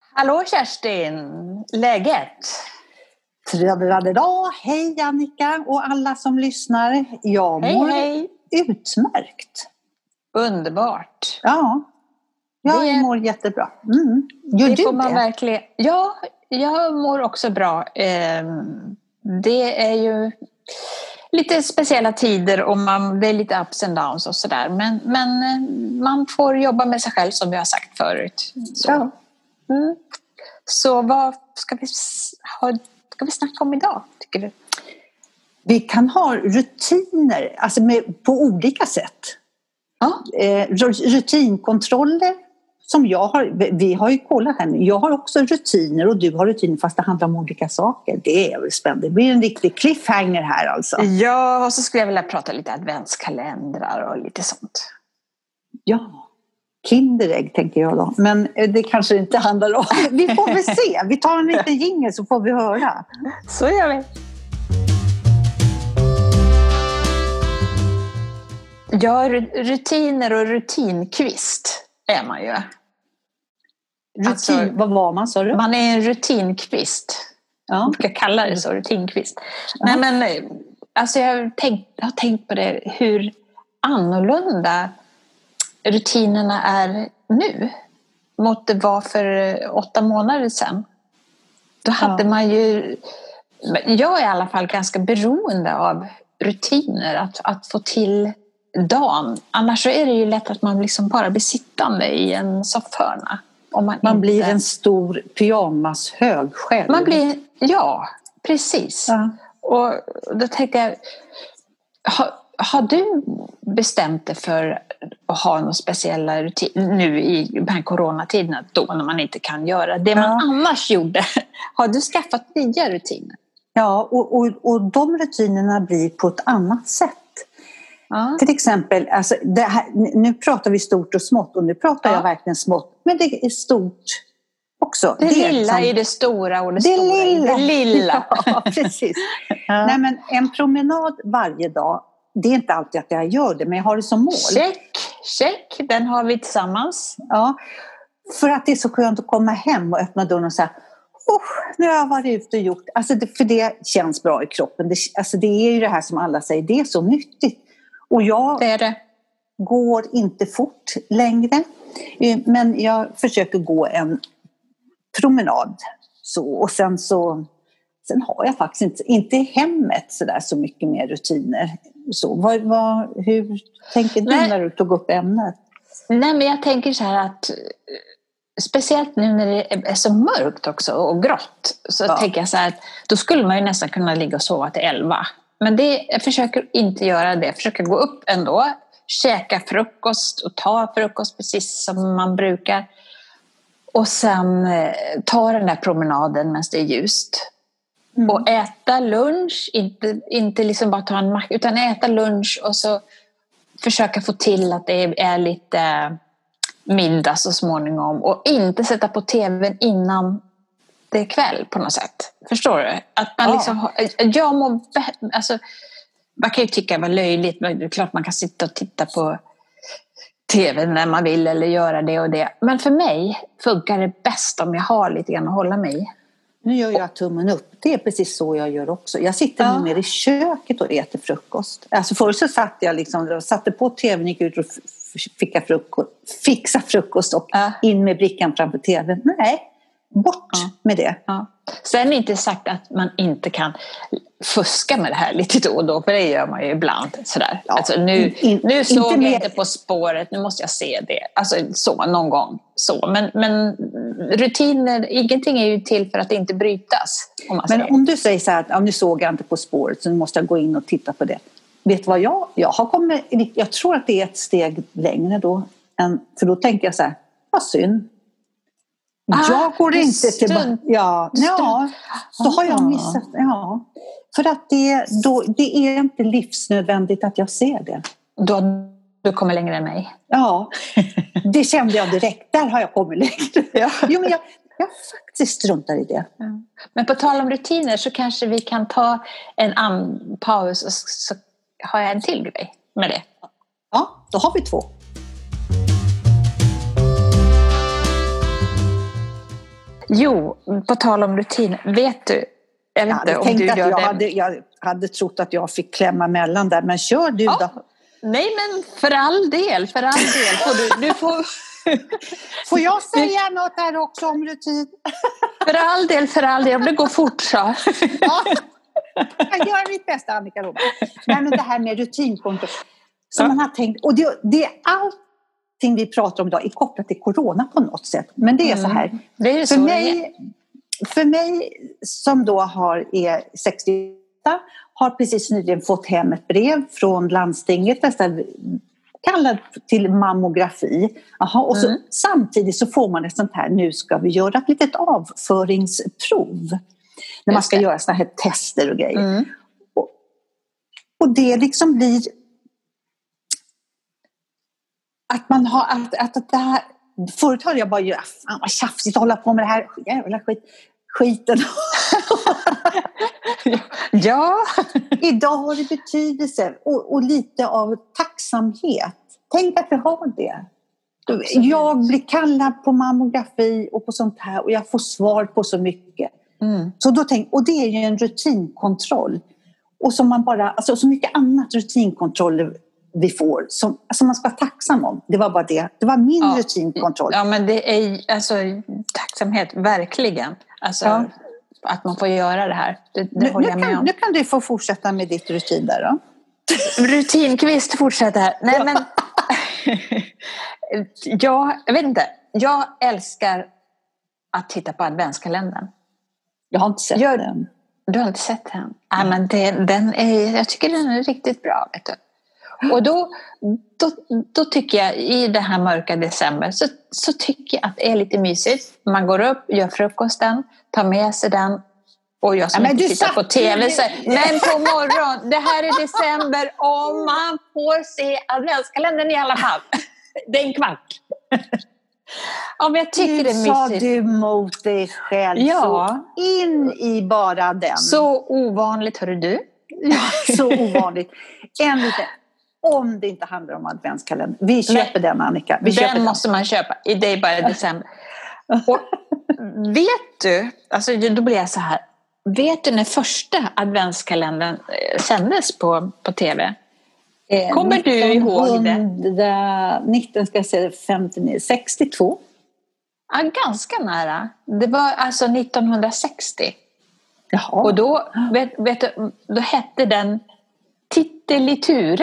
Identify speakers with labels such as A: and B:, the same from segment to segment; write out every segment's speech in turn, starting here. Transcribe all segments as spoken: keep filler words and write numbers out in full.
A: Hallå Kerstin, läget?
B: Traderadera. Hej Annika och alla som lyssnar. Jag
A: Hej,
B: mår
A: hej.
B: utmärkt.
A: Underbart.
B: Ja, jag
A: Det-
B: mår jättebra. Mm. Gör
A: Det
B: du
A: får man
B: det?
A: verkligen. Ja, jag mår också bra. Ehm, Det är ju lite speciella tider och man, det är lite ups and downs och sådär. Men, men eh, man får jobba med sig själv som jag har sagt förut. Så,
B: Ja.
A: mm. Så vad ska vi, s- ha, ska vi snacka om idag, tycker du?
B: Vi kan ha rutiner alltså med, på olika sätt.
A: Ja.
B: Eh, rutinkontroller som jag har, vi har ju kollat här nu. Jag har också rutiner och du har rutiner fast det handlar om olika saker. Det är väl spännande. Det blir en riktig cliffhanger här alltså.
A: Ja, och så skulle jag vilja prata lite adventskalendrar och lite sånt.
B: Ja, Kinderägg tänker jag då. Men det kanske inte handlar om. Vi får väl se. Vi tar en liten jingle så får vi höra.
A: Så gör vi. Ja, rutiner och rutinkvist är man ju.
B: Rutin,
A: Alltså,
B: vad var man sa du?
A: Man är en rutinkvist.
B: Ja.
A: Man brukar kalla det så, rutinkvist. Nej, men alltså jag har tänkt, jag har tänkt på det, hur annorlunda rutinerna är nu mot det var för åtta månader sedan. Då hade
B: Ja.
A: man ju, jag är i alla fall ganska beroende av rutiner, att, att få till dagen. Annars så är det ju lätt att man liksom bara blir sittande i en soffhörna. Om man
B: Man
A: inte,
B: blir en stor pyjamashög själv.
A: man blir, ja, precis.
B: Ja.
A: Och då tänkte jag, har, har du bestämt dig för att ha några speciella rutiner nu i de här coronatiderna då när man inte kan göra det man
B: Ja.
A: annars gjorde? Har du skaffat nya rutiner?
B: Ja, och, och, och de rutinerna blir på ett annat sätt.
A: Ja.
B: Till exempel, alltså det här, nu pratar vi stort och smått och nu pratar
A: Ja.
B: jag verkligen smått. Men det är stort också.
A: Det,
B: är
A: lilla
B: liksom-
A: i det stora och det,
B: Det
A: stora
B: lilla.
A: i det lilla.
B: Ja, precis.
A: Ja.
B: Nej, men en promenad varje dag, det är inte alltid att jag gör det, men jag har det som mål.
A: Check, check, den har vi tillsammans.
B: Ja, för att det är så skönt att komma hem och öppna dörren och säga oh, nu har jag varit ute och gjort. Alltså det, för det känns bra i kroppen. Det, alltså det är ju det här som alla säger, det är så nyttigt. Och jag
A: Det är det.
B: går inte fort längre, men jag försöker gå en promenad. Så, och sen så sen har jag faktiskt inte, inte i hemmet så, där så mycket mer rutiner. Så, vad, vad, hur tänker du
A: Nej.
B: när du tog upp ämnet?
A: Nej, men jag tänker så här att speciellt nu när det är så mörkt också och grått, så
B: Ja.
A: tänker jag så här att då skulle man ju nästan kunna ligga och sova till elva. Men det, jag försöker inte göra det. Jag försöker gå upp ändå, käka frukost och ta frukost precis som man brukar. Och sen eh, ta den där promenaden medan det är ljust.
B: Mm.
A: Och äta lunch, inte, inte liksom bara ta en macka, utan äta lunch och så försöka få till att det är lite middag så småningom. Och inte sätta på tvn innan det är kväll på något sätt. Förstår du? Att man
B: Ja.
A: liksom har, jag må, alltså, man kan ju tycka det var löjligt, men det är klart man kan sitta och titta på tv när man vill eller göra det och det. Men för mig funkar det bäst om jag har lite grann att hålla mig i.
B: Nu gör jag tummen upp. Det är precis så jag gör också. Jag sitter
A: Ja.
B: nu mer i köket och äter frukost. Alltså förr så satt jag liksom, satte på tvn, gick ut och fixa frukost, fixa frukost och
A: Ja.
B: in med brickan framför tvn. Nej, bort
A: Ja.
B: med det.
A: Ja. Sen är inte sagt att man inte kan fuska med det här lite då och då, för det gör man ju ibland. Sådär.
B: Ja,
A: Alltså, nu,
B: in-
A: nu såg
B: inte
A: jag
B: mer-
A: inte På spåret, nu måste jag se det. Alltså så, någon gång. Så. Men, men rutiner, ingenting är ju till för att inte brytas. Om man
B: Men
A: säger.
B: om du säger så här att ja, nu såg jag inte På spåret så nu måste jag gå in och titta på det. Vet du vad jag, jag har kommit, jag tror att det är ett steg längre då. Än, för då tänker jag så här, vad synd.
A: Ah,
B: jag går
A: du
B: inte till...
A: strunt-
B: Ja,
A: du
B: ja, då har jag
A: Ah.
B: missat. Ja. För att det, då, det är inte livsnödvändigt att jag ser det.
A: Då, du kommer längre än mig.
B: Ja, det kände jag direkt. Där har jag kommit längre. Ja. Jo, men jag, jag faktiskt struntar i det.
A: Ja. Men på tal om rutiner så kanske vi kan ta en an- paus och så har jag en till grej med det.
B: Ja, då har vi två.
A: Jo, på tal om rutin. Vet du, jag vet inte
B: jag
A: om du
B: att
A: gör
B: jag
A: det.
B: Hade, jag hade trott att jag fick klämma mellan där, men kör du
A: Ja.
B: då.
A: Nej, men för all del, för all del. Får du, du får...
B: får jag säga något här också om rutin?
A: För all del, för all del. Om det går fort så.
B: Ja. Jag gör mitt bästa, Annika Roman. Nej, men det här med rutinkontroll. Som ja. man har tänkt, och det, det är allting vi pratar om idag är kopplat till corona på något sätt. Men det är mm. så här.
A: Det är
B: för,
A: så
B: mig, för mig som då har, är sextioåtta, har precis nyligen fått hem ett brev från landstinget nästan kallat till mammografi. Aha, och så, mm. samtidigt så får man ett sånt här, nu ska vi göra ett litet avföringsprov. När man ska göra såna här tester och grejer. Mm. Och, och det liksom blir att man har att, att, att det här, förut hade jag bara ju, fan vad tjafsigt att hålla på med det här jävla skit, skiten.
A: Ja.
B: Idag har det betydelse och, och lite av tacksamhet. Tänk att vi har det. Absolut. Jag blir kallad på mammografi och på sånt här och jag får svar på så mycket. Mm. Så då tänk, och det är ju en rutinkontroll. Och som man bara, alltså så mycket annat rutinkontroll vi får som alltså man ska vara tacksam om. Det var bara det. Det var min ja. rutinkontroll.
A: Ja, men det är alltså tacksamhet, verkligen. Alltså ja. att man får göra det här. Det, det
B: nu,
A: håller
B: nu
A: jag med
B: kan,
A: om.
B: Nu kan du få fortsätta med ditt rutin där då.
A: Rutinkvist fortsätter här. Nej, men jag, jag vet inte. Jag älskar att titta på adventskalendern.
B: Jag har inte sett
A: jag,
B: den.
A: Du har inte sett den? Ja, men det, den är, jag tycker den är riktigt bra. Vet du. Och då, då, då tycker jag i det här mörka december så, så tycker jag att det är lite mysigt. Man går upp, gör frukosten, tar med sig den. Och jag som ja, inte tittar på tv säger, men på morgon, det här är december och man får se adventskalendern i alla fall. Det är en kvart. Ja, men jag tycker det är mysigt.
B: Sa du mot dig själv ja. så in i bara den.
A: Så ovanligt, hörru du.
B: Ja, så ovanligt. En liten, om det inte handlar om adventskalendern. Vi köper Nej, den, Annika. Vi
A: den
B: köper den
A: måste man köpa. Det är bara december. Och vet du, alltså då blir jag så här. Vet du när första adventskalendern sändes på, på tv? Kommer
B: nitton,
A: du ihåg det?
B: nitton ska jag säga femtionio, sextiotvå.
A: Ja, ganska nära. Det var alltså nittonhundrasextio.
B: Jaha.
A: Och då, vet, vet du, då hette den Titteliture.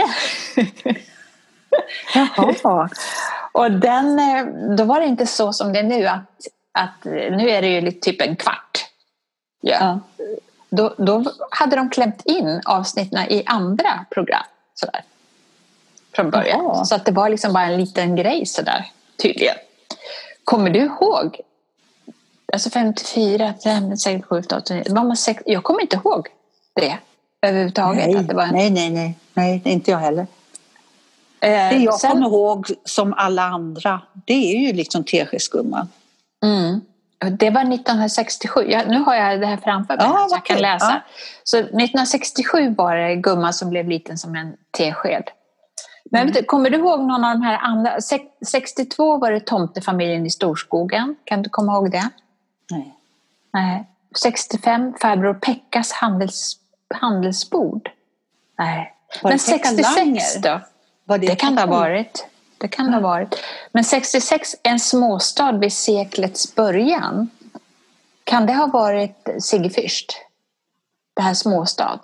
B: Jaha.
A: Och den, då var det inte så som det är nu. Att, att, nu är det ju typ en kvart. Ja. Ja. Då, då hade de klämt in avsnitten i andra program. Sådär. Från början. Jaha. Så att det var liksom bara en liten grej sådär. Tydligen. Kommer du ihåg? Alltså femtiofyra, sextiosju, åttionio. Jag kommer inte ihåg det. Överhuvudtaget.
B: Nej,
A: att det var en...
B: nej, nej, nej. Nej, inte jag heller. Eh, det jag sen... kommer ihåg som alla andra. Det är ju liksom teskedsgumman.
A: Mm. Det var nittonhundrasextiosju. Jag, nu har jag det här framför mig ja, så jag kan läsa. Ja. Så nittonhundrasextiosju var det gumman som blev liten som en tesked. Men mm. vet, kommer du ihåg någon av de här andra? sextiotvå var det Tomtefamiljen i Storskogen. Kan du komma ihåg det?
B: Nej.
A: Nej. sextiofem Farbror Pekkas handels, handelsbord. Nej.
B: Var
A: Men sextiosex då?
B: Var det
A: det kan det ha varit. Det kan det ha varit. Men sextiosex, en småstad vid seklets början. Kan det ha varit Sigge Fürst? Det här småstad.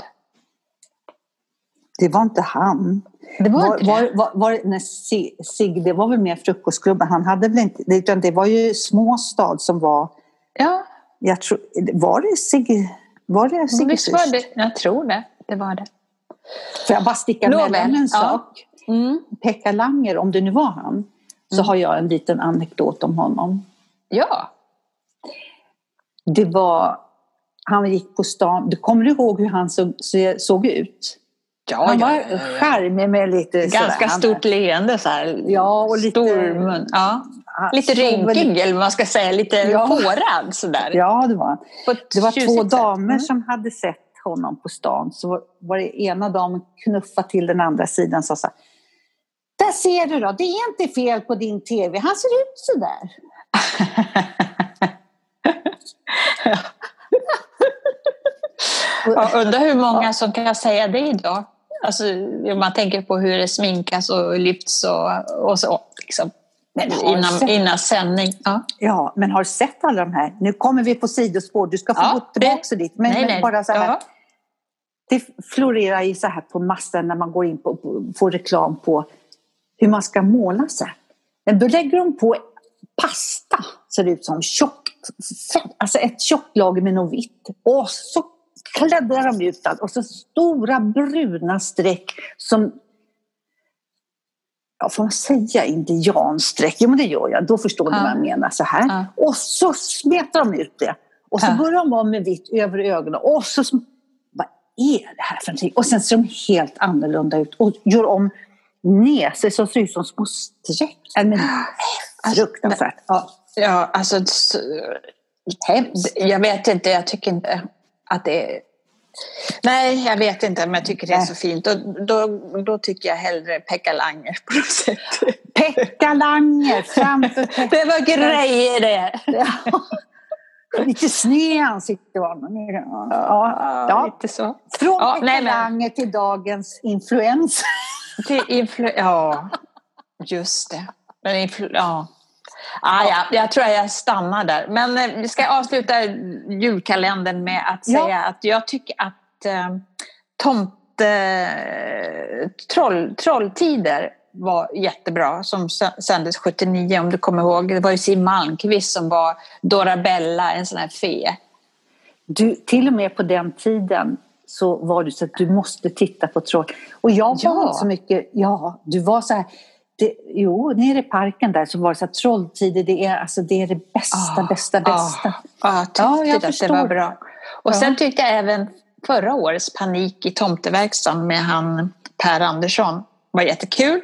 B: Det var inte han.
A: Det var,
B: var
A: inte
B: var,
A: det.
B: Var, var, var, Sigge, det var väl mer frukostklubben. Han hade väl inte, utan det var ju småstad som var...
A: Ja.
B: Jag tror, var det Sigge, var det Sigge
A: Visst var det? Jag tror det. Det var det.
B: Får jag bara sticka med en
A: ja.
B: sak? Mm. Pekka Langer, om det nu var han, så mm. har jag en liten anekdot om honom.
A: Ja.
B: Det var, han gick på stan, du kommer du ihåg hur han såg, såg ut?
A: Ja,
B: han
A: ja,
B: var
A: ja, ja.
B: charmig med lite
A: ganska
B: sådär,
A: stort leende så här.
B: Ja, och lite
A: stor mun. Ja. Lite rynkig väl, eller vad man ska säga, lite ja. pårad sådär.
B: Ja, det var. Det var två damer
A: mm.
B: som hade sett honom på stan, så var det ena damen knuffade till den andra sidan och sa så här: där ser du då, det är inte fel på din tv, han ser ut så där.
A: Jag undrar hur många som kan säga det idag. Alltså, man tänker på hur det sminkas och lyfts och, och så. Liksom. Innan, sett... innan sändning. Ja.
B: ja, men har du sett alla de här? Nu kommer vi på sidospår. Du ska få
A: ja,
B: gå tillbaka det... dit. Men,
A: nej,
B: men
A: nej.
B: bara så här.
A: Ja.
B: Det florerar ju så här på massor när man går in på, på får reklam på hur man ska måla sig. Men då lägger de på pasta, ser det ut som tjockt, alltså ett tjockt lager med något vitt. Och så kläddrar de ut och så stora bruna streck som, ja, får man säga indianstreck? Jo, men det gör jag. Då förstår ni ja. vad jag menar så här. Ja. Och så smetar de ut det. Och så ja. börjar de vara med vitt över ögonen. Och så, vad är det här för någonting? Och sen ser de helt annorlunda ut. Och gör om näsor som ser ut som små streck. Men fruktansvärt.
A: Ja, ja alltså jag vet inte, jag tycker inte att det är... Nej, jag vet inte, men jag tycker det är så fint. Då, då, då tycker jag hellre Pekka Langer på något sätt.
B: Pekka Langer framför Pekka.
A: Det var grejer det.
B: Ja. Lite sned i ansiktet var man. Ja, ja, ja. Lite så. Från ja, Pekka nej, men... Langer till dagens influencer.
A: Till influ- ja, just det. Men influ- ja. Ah, ja, jag tror jag stannar där. Men eh, vi ska avsluta julkalendern med att säga ja. att jag tycker att eh, tomte eh, troll, Trolltider var jättebra som sändes sjuttionio, om du kommer ihåg. Det var ju Siw Malmkvist som var Dorabella, en sån här fe.
B: Du, till och med på den tiden så var det så att du måste titta på troll. Och jag var ja. inte så mycket, ja, du var så här, det, jo, nere i parken där så var det så att Trolltider, det är, alltså, det är det bästa, ah, bästa, bästa.
A: Ah, ah, ja, jag tyckte att det var bra. Och ja. sen tyckte jag även förra årets Panik i tomteverkstan med han Per Andersson var jättekul.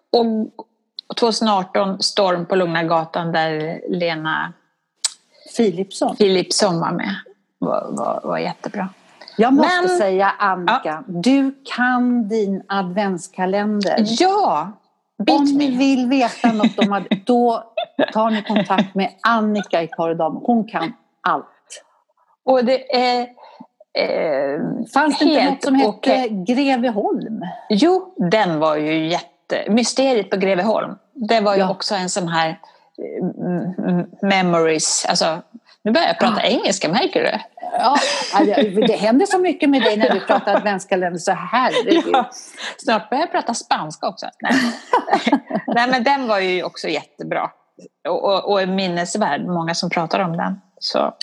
A: Och tjugoarton Storm på Lugna gatan där Lena
B: Philipsson,
A: Philipsson var med. Var, var, var jättebra.
B: Jag måste Men, säga, Annika, ja. du kan din adventskalender.
A: Ja,
B: om ni vill veta något om ad- då tar ni kontakt med Annika i Paradam. Hon kan allt.
A: Och det är eh,
B: fanns det inte något som hette okay. Greveholm?
A: Jo, den var ju jätte... Mysteriet på Greveholm. Det var ju ja. också en sån här mm, memories, alltså. Nu börjar jag prata ja. engelska, märker du?
B: Ja, det, det händer så mycket med dig när du pratar adventskalender så här.
A: Ja, snart börjar jag prata spanska också. Nej. Nej, men den var ju också jättebra. Och, och, och minnesvärd, många som pratar om den. Så.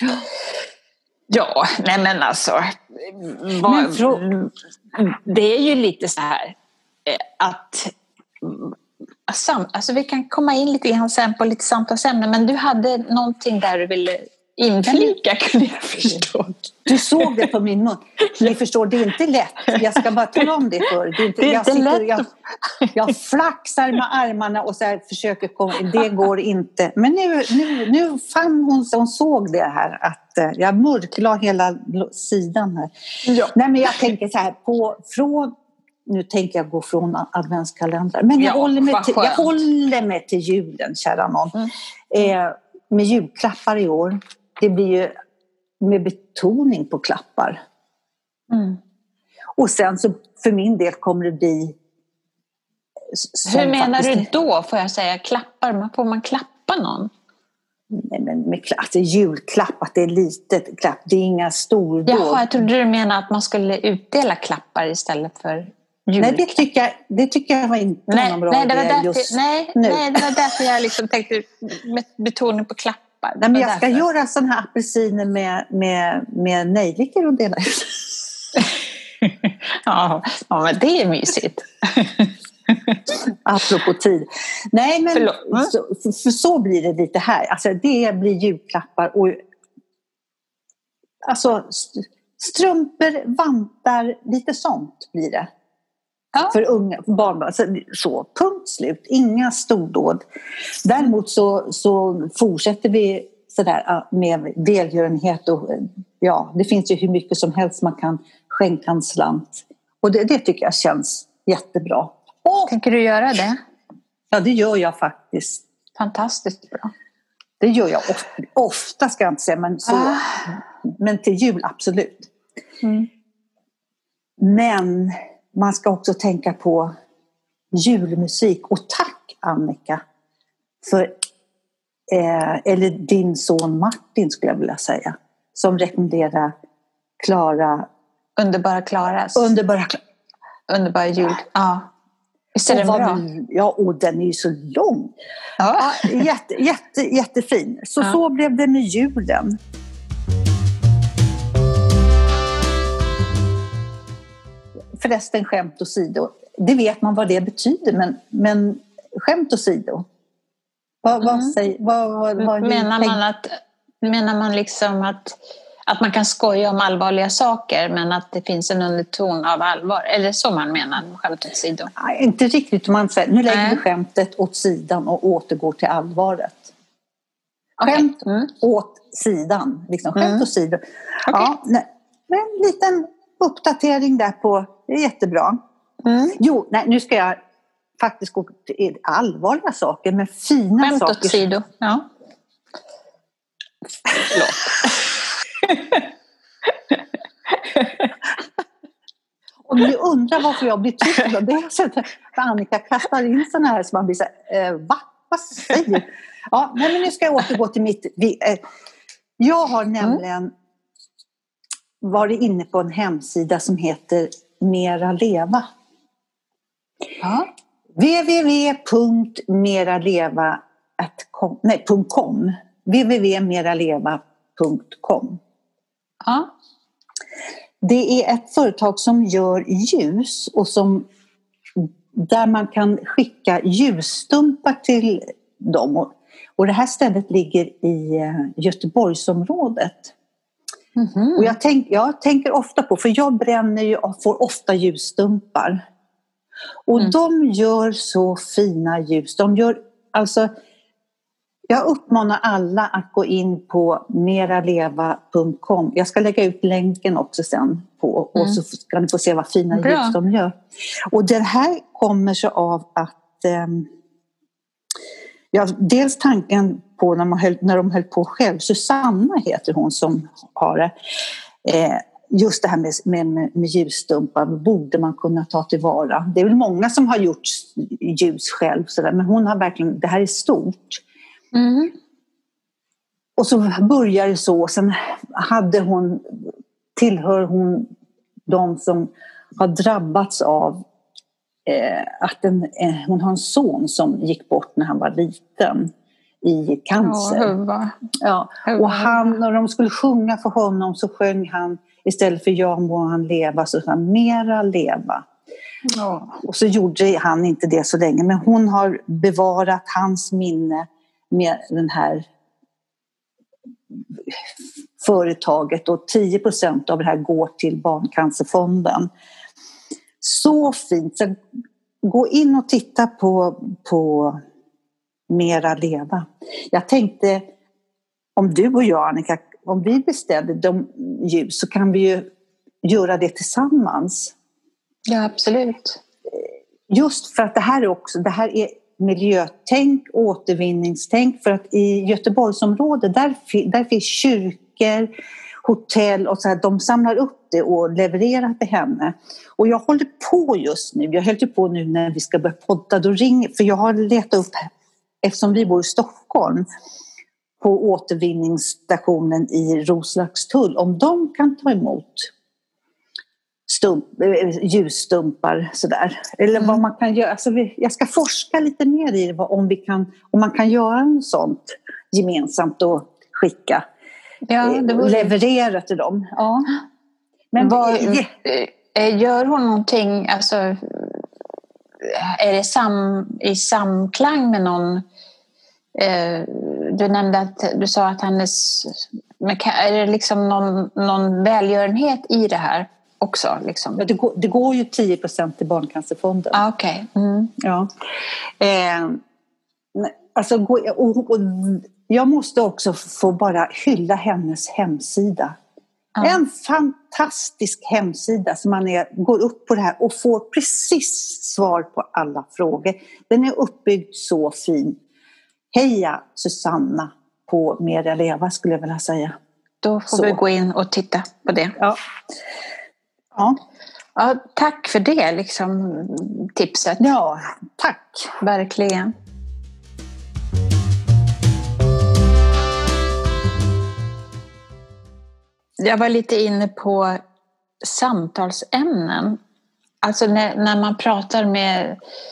A: Ja, nej men alltså. Var, men för... Det är ju lite så här att... Alltså vi kan komma in lite grann sen på lite samtalsämnen, men du hade någonting där du ville inflika, kunde jag förstå.
B: Du såg det på min mun. Ni förstår, det är inte lätt. Jag ska bara tala om det för det är inte,
A: det är
B: jag,
A: inte
B: sitter,
A: lätt.
B: Jag, jag flaxar med armarna och så här försöker komma. Det går inte. Men nu, nu, nu fann hon, hon såg det här att jag mörklade hela sidan här.
A: Ja.
B: Nej, men jag tänker så här på från nu tänker jag gå från adventskalendrar. Men jag, ja, håller, mig till, jag håller mig till julen, kära någon. Mm. Eh, med julklappar i år. Det blir ju med betoning på klappar.
A: Mm.
B: Och sen så för min del kommer det bli...
A: Hur menar du då, får jag säga, klappar? Får man klappa någon?
B: Nej, men med alltså, julklapp, att det är litet klapp. Det är inga stordåd.
A: Jaha, jag trodde du menade att man skulle utdela klappar istället för...
B: Nej, det tycker, jag, det tycker jag var inte
A: nej,
B: någon bra
A: nej, det var
B: idé
A: därför,
B: just
A: nej,
B: nu.
A: Nej, det var därför jag liksom tänkte med betoning på klappar.
B: Nej, men jag ska därför. göra sådana här apelsiner med, med, med nejlikor och dela ut.
A: ja, ja, men det är mysigt.
B: Apropå tid. Nej, men
A: mm.
B: så, för, för så blir det lite här. Alltså det blir julklappar och alltså strumpor, vantar, lite sånt blir det. Ja. För unga barn, så, så punkt slut, inga stordåd. Däremot så, så fortsätter vi sådär med välgörenhet och ja, det finns ju hur mycket som helst man kan skänka en slant. Och det, det tycker jag känns jättebra. Och,
A: tänker du göra det?
B: Ja, det gör jag faktiskt.
A: Fantastiskt bra.
B: Det gör jag ofta, ofta ska jag inte säga, men, så,
A: Ah.
B: men till jul absolut.
A: Mm.
B: Men man ska också tänka på julmusik. Och tack Annika för, eh, eller din son Martin skulle jag vilja säga, som rekommenderar Klara.
A: Underbara Klaras.
B: Underbara Klara.
A: Underbara jul. Ja. Visst är den
B: Och
A: bra?
B: vad, ja, och den är ju så lång.
A: Ja.
B: Ja, jätte, jätte, jättefin. Så
A: Ja.
B: så blev det med julen. Förresten, skämt åsido. Det vet man vad det betyder, men, men skämt åsido. Vad, vad,
A: Mm.
B: säger, vad, vad, vad
A: Menar man att, menar man liksom att, att man kan skoja om allvarliga saker men att det finns en underton av allvar? Eller så man menar, skämt åsido?
B: Nej, inte riktigt. Man säger, nu lägger
A: Nej.
B: vi skämtet åt sidan och återgår till allvaret.
A: Okej.
B: Skämt
A: Mm.
B: åt sidan. Liksom, skämt
A: Mm.
B: åsido. Ja, nej, men en liten uppdatering där på, det är jättebra.
A: Mm.
B: Jo, nej, nu ska jag faktiskt gå till allvarliga saker, men fina
A: Skämt
B: saker.
A: åsido, ja. Förlåt.
B: Om ni undrar varför jag blir tyst då, det är så att Annika kastar in sådana här som man blir så här, eh, va? Vad säger du? Ja, nej, men nu ska jag återgå till mitt... Vi, eh, jag har nämligen varit inne på en hemsida som heter Mera Leva.
A: Ja.
B: w w w punkt meraleva punkt com w w w punkt meraleva punkt com.
A: Ja.
B: Det är ett företag som gör ljus och som, där man kan skicka ljusstumpar till dem. Och, och det här stället ligger i Göteborgsområdet.
A: Mm-hmm.
B: Och jag, tänk, jag tänker ofta på, för jag bränner ju och får ofta ljusstumpar. Och
A: Mm.
B: de gör så fina ljus. De gör, alltså, jag uppmanar alla att gå in på meraleva punkt com. Jag ska lägga ut länken också sen på,
A: Mm.
B: och så ska ni få se vad fina
A: Bra.
B: ljus de gör. Och det här kommer sig av att eh, ja, dels tanken på när, man höll, när de höll på själv. Susanna heter hon som har det. Eh, just det här med, med, med ljusstumpar borde man kunna ta tillvara. Det är väl många som har gjort ljus själv, så där, men hon har verkligen, det här är stort.
A: Mm.
B: Och så började det så, sen hade hon, tillhör hon de som har drabbats av eh, att en, eh, hon har en son som gick bort när han var liten i cancer.
A: Ja, huva.
B: Ja, och han, när de skulle sjunga för honom så sjöng han istället för ja må han leva så sa han mera leva.
A: Ja.
B: Och så gjorde han inte det så länge, men hon har bevarat hans minne med den här företaget och tio procent av det här går till Barncancerfonden. Så fint. Så gå in och titta på, på Mera Leva. Jag tänkte, om du och jag Annika, om vi beställde de ljus så kan vi ju göra det tillsammans.
A: Ja, absolut.
B: Just för att det här är också, det här är miljötänk, återvinningstänk, för att i Göteborgsområdet där, där finns kyrkor, hotell och så här, de samlar upp det och levererar till henne. Och jag håller på just nu, jag höll på nu när vi ska börja podda, då ringer, för jag har letat upp, eftersom vi bor i Stockholm, på återvinningsstationen i Roslagstull, om de kan ta emot Stump, ljusstumpar sådär. Eller
A: Mm.
B: vad man kan göra. Alltså vi, jag ska forska lite mer i det, om, vi kan, om man kan göra en sånt gemensamt och skicka.
A: Ja, det vore...
B: Leverera till dem. Ja. Men
A: Vad,
B: det,
A: gör hon någonting, alltså, är det sam, i samklang med någon? Eh, du nämnde att du sa att hennes, är det liksom någon, någon välgörenhet i det här också? Liksom?
B: ja, det, går, det går ju tio procent till Barncancerfonden.
A: Ah, okej. Okay. Mm.
B: Ja. Eh, alltså, och, och, jag måste också få bara hylla hennes hemsida. Ja. En fantastisk hemsida som man är, går upp på det här och får precis svar på alla frågor. Den är uppbyggd så fin. Heja Susanna! på Mer leva skulle jag vilja säga.
A: Då får
B: Så.
A: vi gå in och titta på det.
B: Ja. Ja.
A: Ja, tack för det liksom, tipset.
B: Ja, tack.
A: Verkligen. Jag var lite inne på samtalsämnen. Alltså när, när man pratar med...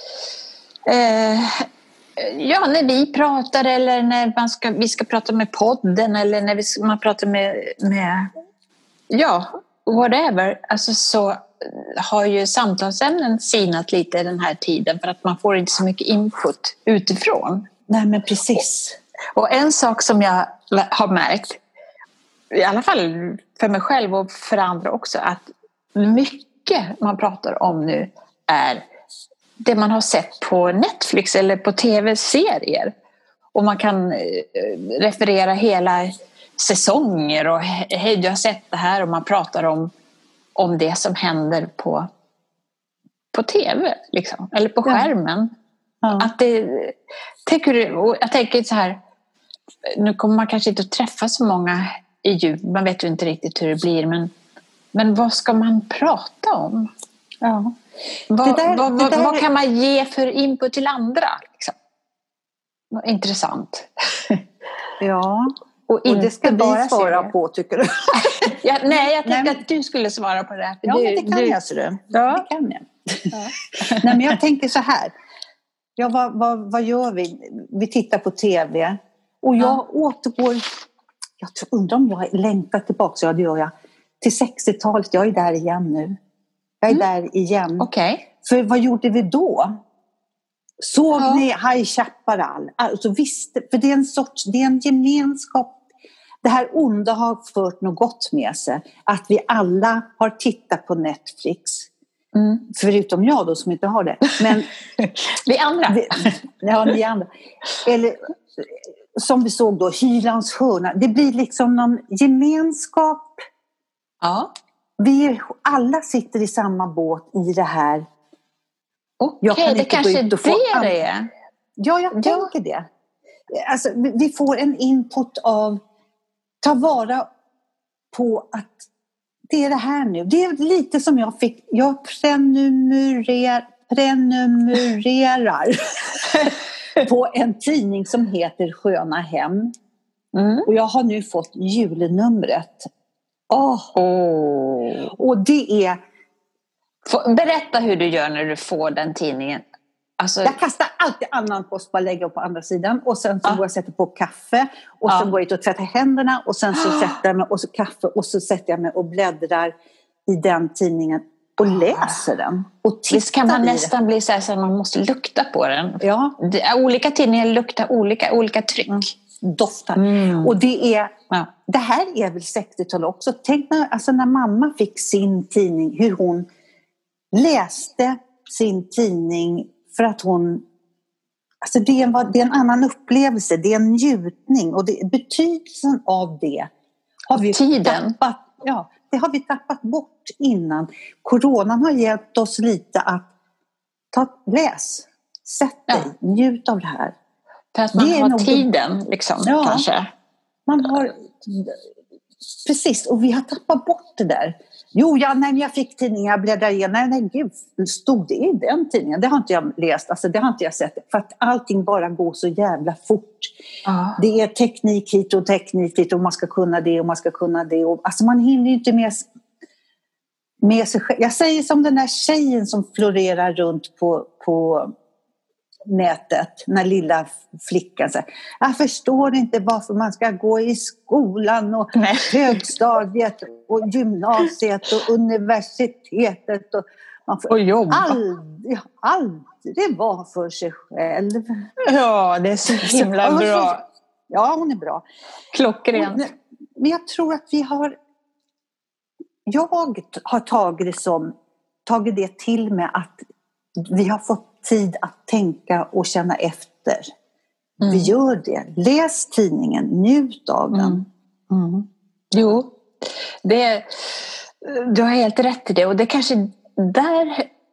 A: Eh, ja, när vi pratar eller när man ska, vi ska prata med podden eller när vi, man pratar med... med ja, whatever. Alltså så har ju samtalsämnen sinat lite den här tiden för att man får inte så mycket input utifrån.
B: Nej, men precis.
A: Och, och en sak som jag har märkt, i alla fall för mig själv och för andra också, att mycket man pratar om nu är det man har sett på Netflix eller på tv-serier. Och man kan referera hela säsonger och hej, du har sett det här, och man pratar om, om det som händer på, på tv liksom, eller på skärmen. Ja. Ja. Att det, tänker du, jag tänker så här, nu kommer man kanske inte att träffa så många i jul, man vet ju inte riktigt hur det blir, men, men vad ska man prata om?
B: Ja.
A: Vad,
B: där,
A: vad, vad,
B: där...
A: vad kan man ge för input till andra? Liksom? Intressant.
B: Ja,
A: och,
B: och det ska vi svara serier. På, tycker du?
A: ja, nej, jag tänkte nej, att du skulle svara på det här.
B: Ja,
A: du,
B: men det kan
A: du...
B: jag, ser du.
A: Ja.
B: Det kan jag. Ja. Nej, men jag tänker så här. Ja, vad, vad, vad gör vi? Vi tittar på tv. Och jag ja. återgår... Jag undrar om jag längtar tillbaka, ja det gör jag. Till sextiotalet, jag är där igen nu. Jag är mm. där igen.
A: Okay.
B: För vad gjorde vi då? Såg ja. ni High Chaparral? Alltså visst, för det är en sorts, det är en gemenskap. Det här onda har fört något gott med sig. Att vi alla har tittat på Netflix. Mm. Förutom jag då som inte har det. Men
A: vi andra.
B: Vi, ja, vi andra. Eller som vi såg då, Hylands hörna. Det blir liksom någon gemenskap.
A: Ja.
B: Vi alla sitter i samma båt i det här.
A: Okej, okay, det kanske är det det är.
B: Ja, jag ja. tänker det. Alltså, vi får en input av ta vara på att det är det här nu. Det är lite som jag fick. Jag prenumererar, prenumererar på en tidning som heter Sköna hem. Mm. Och jag har nu fått julnumret. Oh.
A: Oh.
B: Och det är...
A: Berätta hur du gör när du får den tidningen. Alltså...
B: Jag kastar alltid annan post, bara lägger på andra sidan. Och sen så ah. går jag och sätter på kaffe. Och ah. så går jag ut och tvättar händerna. Och sen så sätter jag mig och så kaffe. Och så sätter jag mig och bläddrar i den tidningen. Och läser den. Och
A: visst kan man nästan det. Bli så här så att man måste lukta på den.
B: Ja.
A: Det, olika tidningar luktar olika, olika tryck. Mm.
B: Doftar. Mm. Och det är... Ja. Det här är väl sextiotal också. Tänk när, alltså när mamma fick sin tidning. Hur hon läste sin tidning för att hon... Alltså det är, en, det är en annan upplevelse. Det är en njutning. Och det, betydelsen av det har vi
A: tiden.
B: tappat. Ja, det har vi tappat bort innan. Coronan har hjälpt oss lite att ta, läs. Sätt dig. Ja. Njut av det här.
A: För att man det har tiden liksom,
B: ja,
A: kanske.
B: Man har... Precis, och vi har tappat bort det där. Jo, ja, nej, jag fick tidningen, jag bläddrade igen. Nej, nej, gud, stod det i den tidningen? Det har inte jag läst, alltså, det har inte jag sett. För att allting bara går så jävla fort. Ah. Det är teknik hit och teknik hit och man ska kunna det och man ska kunna det. Och, alltså man hinner ju inte med, med sig själv. Jag säger som den där tjejen som florerar runt på... på nätet, när lilla flickan säger jag förstår inte varför man ska gå i skolan och Nej. högstadiet och gymnasiet och universitetet och, man får
A: och jobba.
B: Aldrig, aldrig vara för sig själv.
A: Ja, det är så himla så, bra.
B: Ja, hon är bra.
A: Klockrent.
B: Men jag tror att vi har jag har tagit det som tagit det till med att vi har fått tid att tänka och känna efter. Mm. Vi gör det. Läs tidningen, njut av den.
A: Mm. Mm. Jo, det, du har helt rätt i det. Och det kanske där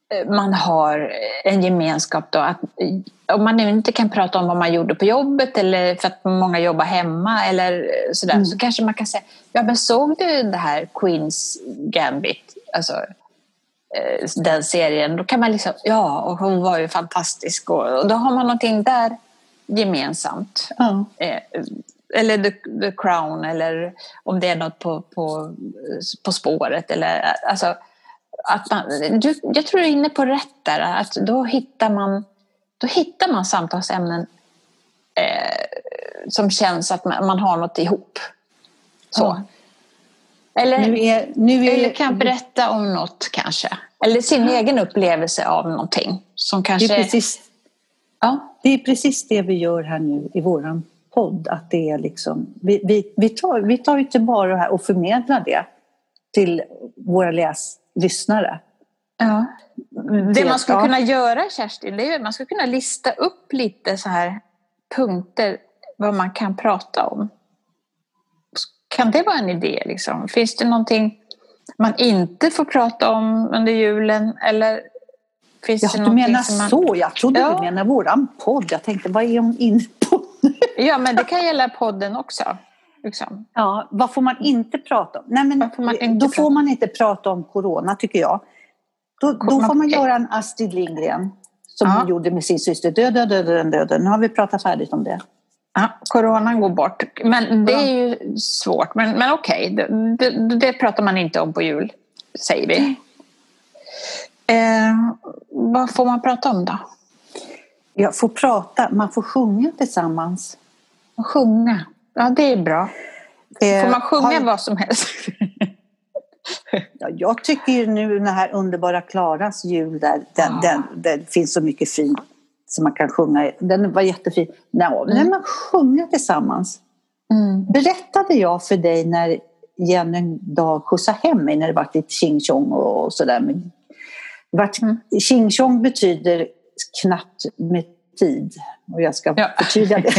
A: man har en gemenskap då, att om man nu inte kan prata om vad man gjorde på jobbet eller för att många jobbar hemma eller sådär, mm. så kanske man kan säga, ja men såg du det här Queens Gambit, alltså den serien, då kan man liksom, ja, och hon var ju fantastisk, och, och då har man någonting där gemensamt. Mm. Eh, eller the, the Crown, eller om det är något på, på, på spåret, eller alltså att man, du, jag tror du är inne på rätt där, att då hittar man då hittar man samtalsämnen eh, som känns att man, man har något ihop. Så. Ja. Eller,
B: nu är, nu är,
A: eller kan berätta om något kanske. Eller sin ja. egen upplevelse av någonting. Som kanske...
B: det, är precis, ja. det är precis det vi gör här nu i våran podd. Att det är liksom, vi, vi, vi, tar, vi tar ju tillbaka här och förmedlar det till våra läs, lyssnare.
A: Ja. Det man skulle kunna göra, Kerstin, det är att man skulle kunna lista upp lite så här punkter vad man kan prata om. Kan det vara en idé liksom? Finns det någonting man inte får prata om under julen, eller finns
B: ja,
A: det
B: du menar
A: som man...
B: så, jag trodde ja. du menar våran podd. Jag tänkte, vad är de inne på nu?
A: Ja, men det kan gälla podden också. Liksom.
B: Ja, vad får man inte prata om? Nej, men får man inte då får man inte prata om corona, tycker jag. Då, då får man göra en Astrid Lindgren som ja. hon gjorde med sin syster. Döda, döda, döda. Nu har vi pratat färdigt om det.
A: Ja, coronan går bort. Men det är ju svårt. Men, men okej, det, det, det pratar man inte om på jul, säger vi. Eh, vad får man prata om då?
B: Jag får prata, man får sjunga tillsammans.
A: Sjunga, ja det är bra. Eh, får man sjunga har... vad som helst?
B: Ja, jag tycker ju nu den här underbara Klaras jul där, den, ja. den, det finns så mycket fint som man kan sjunga. Den var jättefin. Nej, mm. När man sjunger tillsammans. Mm. Berättade jag för dig när Jenny en dag skjutsade hem mig när det var lite tjing tjong och sådär. Mm. Tjing tjong betyder knappt med tid. Och jag ska ja. förtydliga det.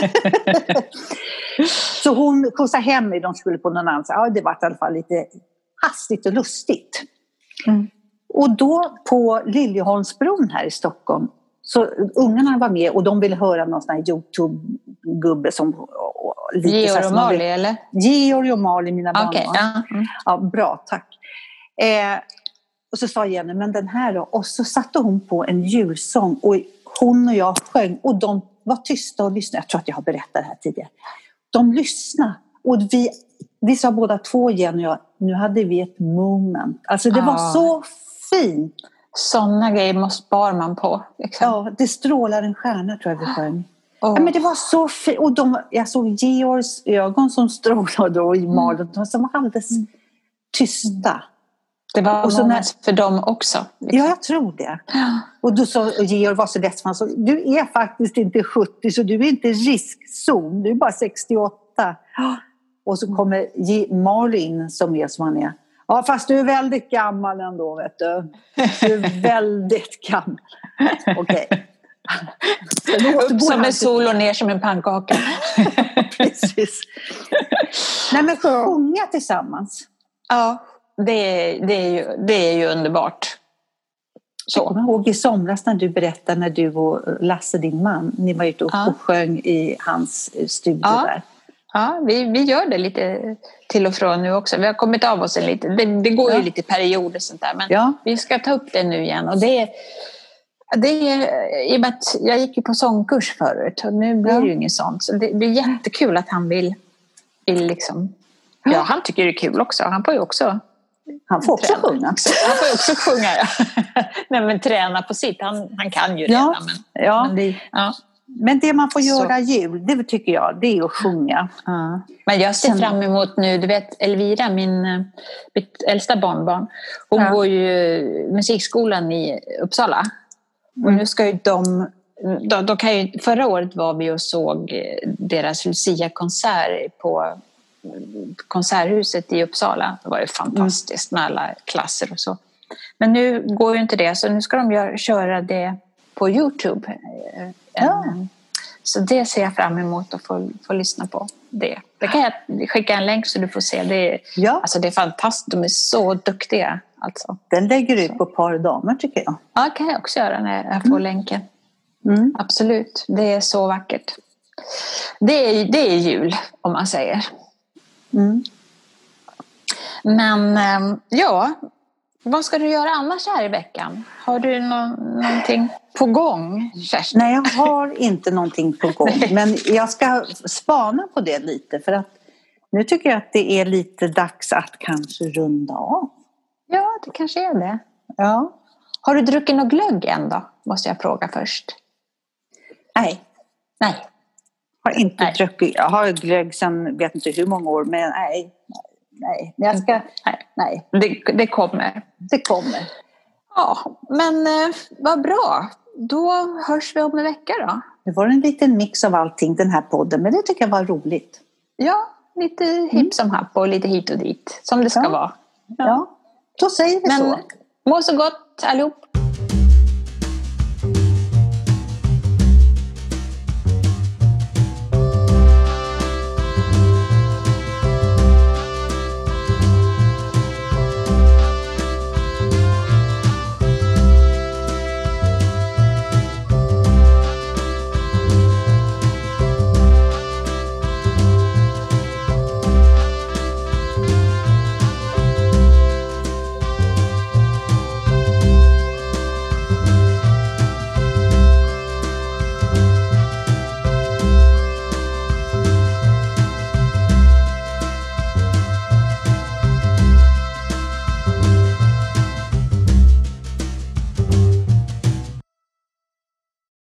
B: Så hon skjutsade hem mig, de skulle på någon annan. Ja, det var i alla fall lite hastigt och lustigt. Mm. Och då på Liljeholmsbron här i Stockholm, så ungarna var med och de ville höra någon sån här YouTube-gubbe som... Och, lite
A: Georg och Mali, vill, eller?
B: Georg och Mali, mina barn.
A: Okay, ja. Mm.
B: Ja, bra, tack. Eh, och så sa Jenny, men den här då? Och så satte hon på en julsång och hon och jag sjöng och de var tysta och lyssnade. Jag tror att jag har berättat det här tidigare. De lyssnade och vi, vi sa båda två, Jenny och jag, nu hade vi ett moment. Alltså det ah. var så fint.
A: Sådana grejer måste spara man på. Liksom.
B: Ja, det strålar en stjärna tror jag vi sjöng. Oh. Ja, men det var så fint. Och de, jag såg Georgs ögon som strålade och i Malin. De som var alldeles mm. tysta.
A: Det var och så när, för dem också.
B: Liksom. Ja, jag tror det. Ja. Och då sa Georg var så ledsen. Han sa, du är faktiskt inte sjuttio så du är inte i riskzon. Du är bara sextioåtta. Och så kommer Malin som är som han är. Ja, fast du är väldigt gammal ändå, vet du. Du är väldigt gammal. Okej. Okay.
A: Upp som en sol och ner som en pannkaka.
B: Precis. Nej, men sjunga tillsammans.
A: Ja, det är, det är, ju, det är ju underbart. Så.
B: Jag kommer ihåg i somras när du berättade när du och Lasse, din man, ni var ute och, ja. och sjöng i hans studio ja. där.
A: Ja, vi, vi gör det lite till och från nu också. Vi har kommit av oss en lite. Det, det går ja. ju lite perioder sånt där. Men ja. vi ska ta upp det nu igen. Och det är, det är, i och med att jag gick ju på sångkurs förut. Och nu blir ja. det ju inget sånt. Så det, det är jättekul att han vill, vill liksom... Ja, han tycker det är kul också. Han får ju också...
B: Han får också träna. sjunga.
A: Han får ju också sjunga, ja. Nej, men träna på sitt. Han, han kan ju redan.
B: Ja.
A: Men,
B: ja.
A: Men, det, ja.
B: men det man får göra jul, det tycker jag, det är att sjunga.
A: Ja. Men jag ser fram emot nu, du vet Elvira, min mitt äldsta barnbarn. Hon ja. går ju musikskolan i Uppsala. Mm. Och nu ska ju de... de, de kan ju, förra året var vi och såg deras Lucia-konsert på... konserthuset i Uppsala. Det var ju fantastiskt med alla klasser och så. Men nu går ju inte det, så nu ska de göra, köra det på YouTube. Ja. Så det ser jag fram emot att få, få lyssna på det. Det kan jag skicka en länk så du får se. Det är, ja. alltså det är fantastiskt, de är så duktiga alltså.
B: Den lägger du ut på Par damer tycker jag.
A: Ja, det kan jag också göra när jag får
B: Mm.
A: länken.
B: Mm.
A: Absolut, det är så vackert. Det är, det är jul, om man säger.
B: Mm.
A: Men eh, ja, vad ska du göra annars här i veckan? Har du nå- någonting på gång, Kerstin?
B: Nej, jag har inte någonting på gång. Men jag ska spana på det lite. För att nu tycker jag att det är lite dags att kanske runda av.
A: Ja, det kanske är det.
B: Ja.
A: Har du druckit något glögg än då? Måste jag fråga först.
B: Nej,
A: Nej.
B: har inte
A: Nej.
B: druckit. Jag har glögg sedan vet inte hur många år. Men nej, nej. Men jag ska,
A: Nej.
B: nej,
A: Det, det kommer.
B: det kommer.
A: Ja, men eh, vad bra. Då hörs vi om en vecka då.
B: Det var en liten mix av allting den här podden. Men det tycker jag var roligt.
A: Ja, lite hipp som happ och lite hit och dit. Som det ska
B: Ja.
A: vara.
B: Ja, då säger vi
A: Men
B: så.
A: må så gott allihop.